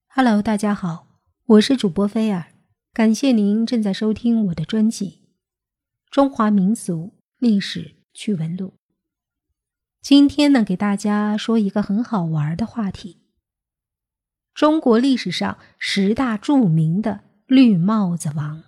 Hello， 大家好，我是主播菲尔，感谢您正在收听我的专辑《中华民俗历史趣闻录》。今天呢，给大家说一个很好玩的话题：中国历史上10大著名的绿帽子王。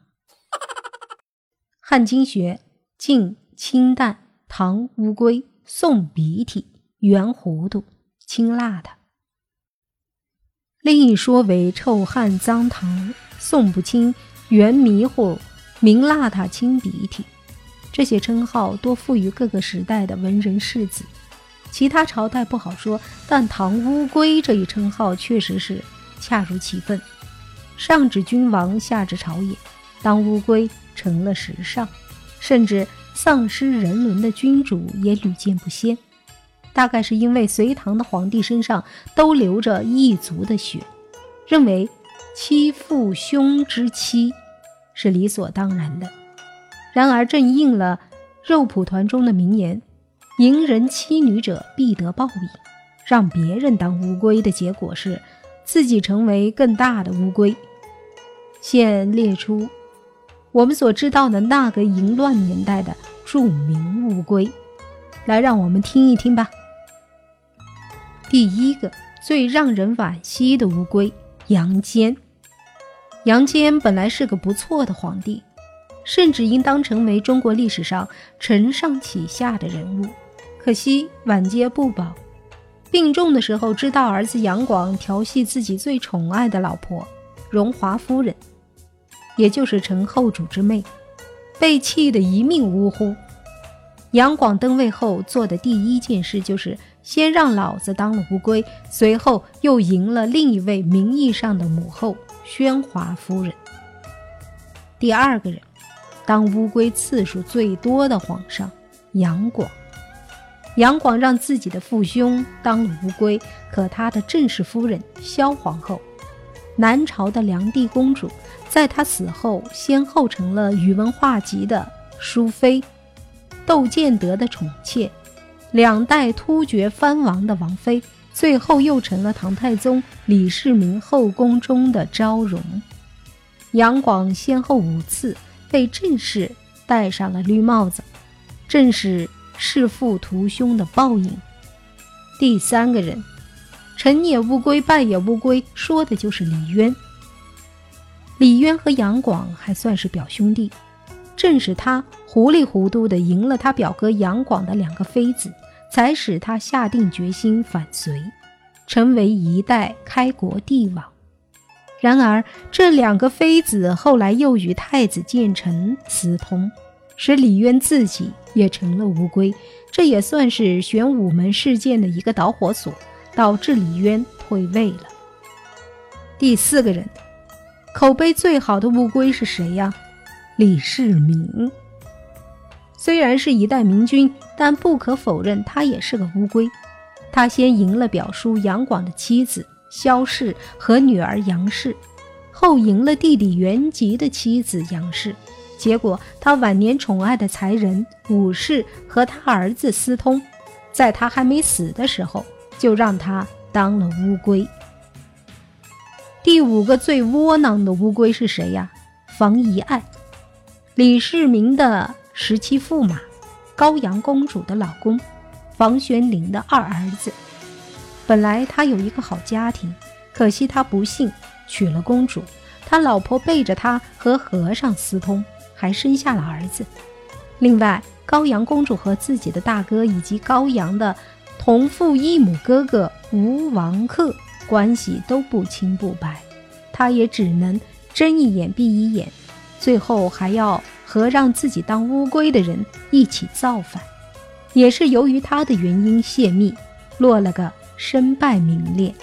汉经学：晋、清淡、唐乌龟，宋鼻涕，元糊涂，清邋遢。另一说为臭汉脏唐，宋不清，元迷糊，明邋遢，清鼻涕。这些称号多赋予各个时代的文人士子，其他朝代不好说，但唐乌龟这一称号确实是恰如其分。上至君王，下至朝野，当乌龟成了时尚，甚至丧失人伦的君主也屡见不鲜。大概是因为隋唐的皇帝身上都流着异族的血，认为妻父兄之妻是理所当然的。然而正应了肉蒲团中的名言：迎人妻女者必得报应。让别人当乌龟的结果是自己成为更大的乌龟。现列出我们所知道的那个淫乱年代的著名乌龟，来让我们听一听吧。第一个最让人惋惜的乌龟，杨坚。杨坚本来是个不错的皇帝，甚至应当成为中国历史上承上启下的人物，可惜晚节不保。病重的时候，知道儿子杨广调戏自己最宠爱的老婆荣华夫人，也就是陈后主之妹，被气得一命呜呼。杨广登位后做的第一件事就是先让老子当了乌龟，随后又迎了另一位名义上的母后宣华夫人。第二个人，当乌龟次数最多的皇上杨广。杨广让自己的父兄当了乌龟，可他的正式夫人萧皇后，南朝的梁帝公主，在他死后先后成了宇文化及的淑妃，窦建德的宠妾，2代突厥藩王的王妃，最后又成了唐太宗李世民后宫中的昭容。杨广先后5次被正式戴上了绿帽子，正是弑父屠兄的报应。第三个人，成也乌龟，败也乌龟，说的就是李渊。李渊和杨广还算是表兄弟，正是他糊里糊涂地赢了他表哥杨广的2个妃子，才使他下定决心反隋，成为一代开国帝王。然而这2个妃子后来又与太子建成私通，使李渊自己也成了乌龟，这也算是玄武门事件的一个导火索，导致李渊退位了。第4个人，口碑最好的乌龟是谁呀？李世民。虽然是一代明君，但不可否认他也是个乌龟。他先赢了表叔杨广的妻子萧氏和女儿杨氏，后赢了弟弟元吉的妻子杨氏，结果他晚年宠爱的才人武氏和他儿子私通，在他还没死的时候就让他当了乌龟。第5个最窝囊的乌龟是谁呀？房遗爱。李世民的17驸马，高阳公主的老公，房玄龄的2儿子。本来他有一个好家庭，可惜他不幸娶了公主，他老婆背着他和和尚私通，还生下了儿子。另外，高阳公主和自己的大哥以及高阳的同父异母哥哥吴王克关系都不清不白，他也只能睁一眼闭一眼，最后还要和让自己当乌龟的人一起造反，也是由于他的原因泄密，落了个身败名裂。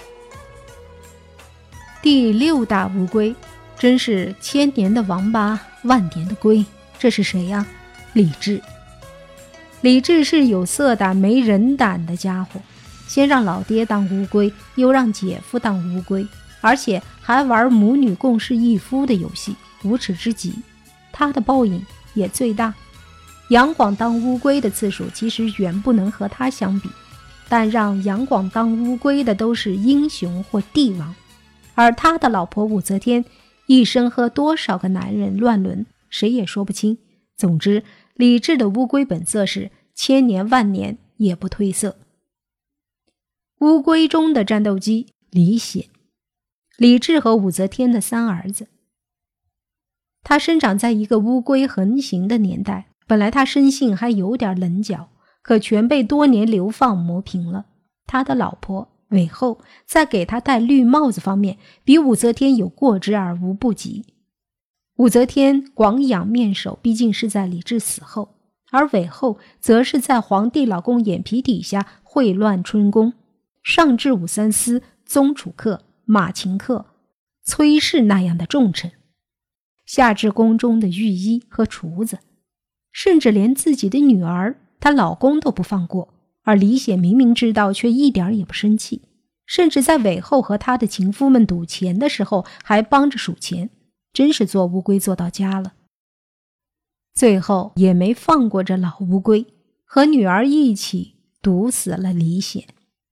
第6大乌龟，真是1000年的王八，万年的龟，这是谁呀？李治。李治是有色胆没人胆的家伙，先让老爹当乌龟，又让姐夫当乌龟，而且还玩母女共侍一夫的游戏，无耻之极。他的报应也最大。杨广当乌龟的次数其实远不能和他相比，但让杨广当乌龟的都是英雄或帝王， 而他的老婆武则天一生和多少个男人乱伦，谁也说不清。总之，李治的乌龟本色是千年万年也不褪色。乌龟中的战斗机李显，李治和武则天的三儿子。他生长在一个乌龟横行的年代，本来他生性还有点棱角，可全被多年流放磨平了。他的老婆韦后在给他戴绿帽子方面比武则天有过之而无不及。武则天广养面首毕竟是在李治死后，而韦后则是在皇帝老公眼皮底下秽乱春宫，上至武三思、宗楚客、马秦客、崔氏那样的重臣，下至宫中的御医和厨子，甚至连自己的女儿她老公都不放过。而李显明明知道，却一点也不生气，甚至在韦后和他的情夫们赌钱的时候还帮着数钱，真是做乌龟做到家了。最后也没放过这老乌龟，和女儿一起毒死了李显。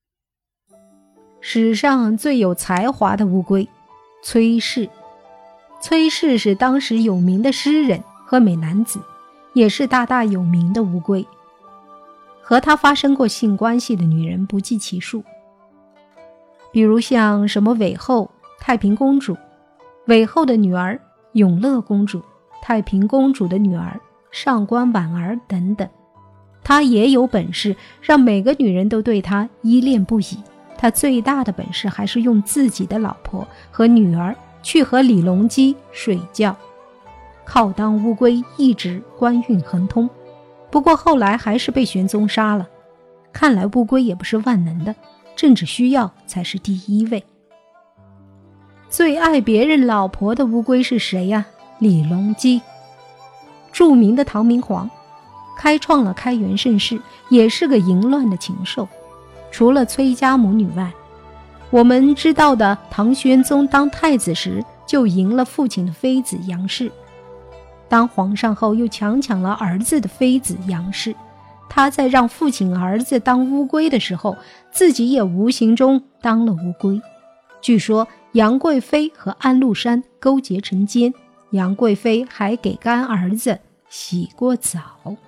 史上最有才华的乌龟崔氏。崔氏是当时有名的诗人和美男子，也是大大有名的乌龟。和他发生过性关系的女人不计其数，比如像什么韦后、太平公主、韦后的女儿永乐公主、太平公主的女儿上官婉儿等等。他也有本事让每个女人都对他依恋不已，他最大的本事还是用自己的老婆和女儿去和李隆基睡觉，靠当乌龟一直官运亨通。不过后来还是被玄宗杀了，看来乌龟也不是万能的，政治需要才是第一位。最爱别人老婆的乌龟是谁呀？李隆基，著名的唐明皇，开创了开元盛世，也是个淫乱的禽兽。除了崔家母女外，我们知道的唐玄宗当太子时就赢了父亲的妃子杨氏，当皇上后又强抢了儿子的妃子杨氏。他在让父亲儿子当乌龟的时候，自己也无形中当了乌龟。据说杨贵妃和安禄山勾结成奸，杨贵妃还给干儿子洗过澡。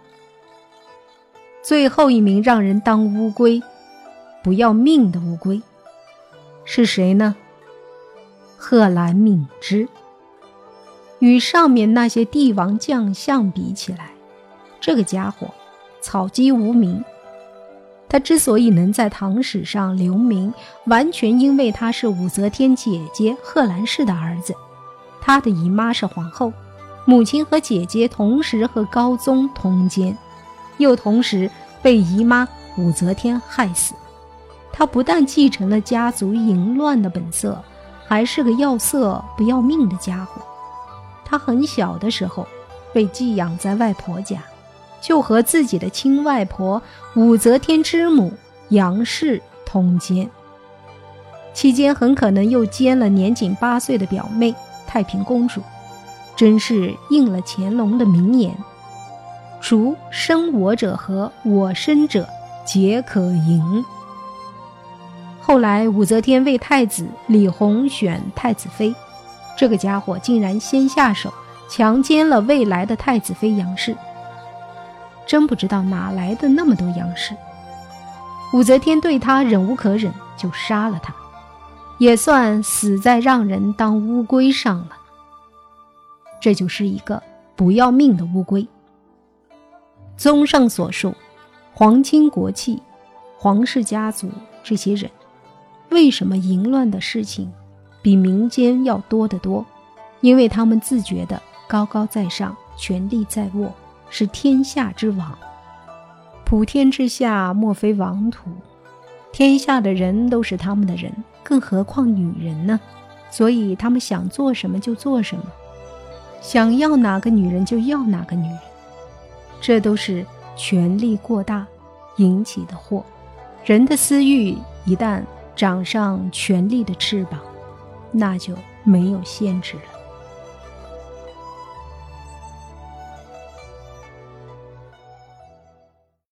最后一名让人当乌龟不要命的乌龟是谁呢？贺兰敏之。与上面那些帝王将相比起来，这个家伙草鸡无名。他之所以能在唐史上留名，完全因为他是武则天姐姐贺兰氏的儿子。他的姨妈是皇后，母亲和姐姐同时和高宗通奸，又同时被姨妈武则天害死。他不但继承了家族淫乱的本色，还是个要色不要命的家伙。他很小的时候被寄养在外婆家，就和自己的亲外婆武则天之母杨氏通奸，期间很可能又奸了年仅8岁的表妹太平公主，真是应了乾隆的名言：除生我者和我生者皆可淫。后来武则天为太子李弘选太子妃，这个家伙竟然先下手强奸了未来的太子妃杨氏。真不知道哪来的那么多杨氏。武则天对他忍无可忍，就杀了他，也算死在让人当乌龟上了。这就是一个不要命的乌龟。综上所述，皇亲国戚、皇室家族这些人，为什么淫乱的事情比民间要多得多？因为他们自觉的高高在上，权力在握，是天下之王。普天之下莫非王土，天下的人都是他们的人，更何况女人呢？所以他们想做什么就做什么，想要哪个女人就要哪个女人，这都是权力过大引起的祸。人的私欲一旦长上权力的翅膀，那就没有限制了。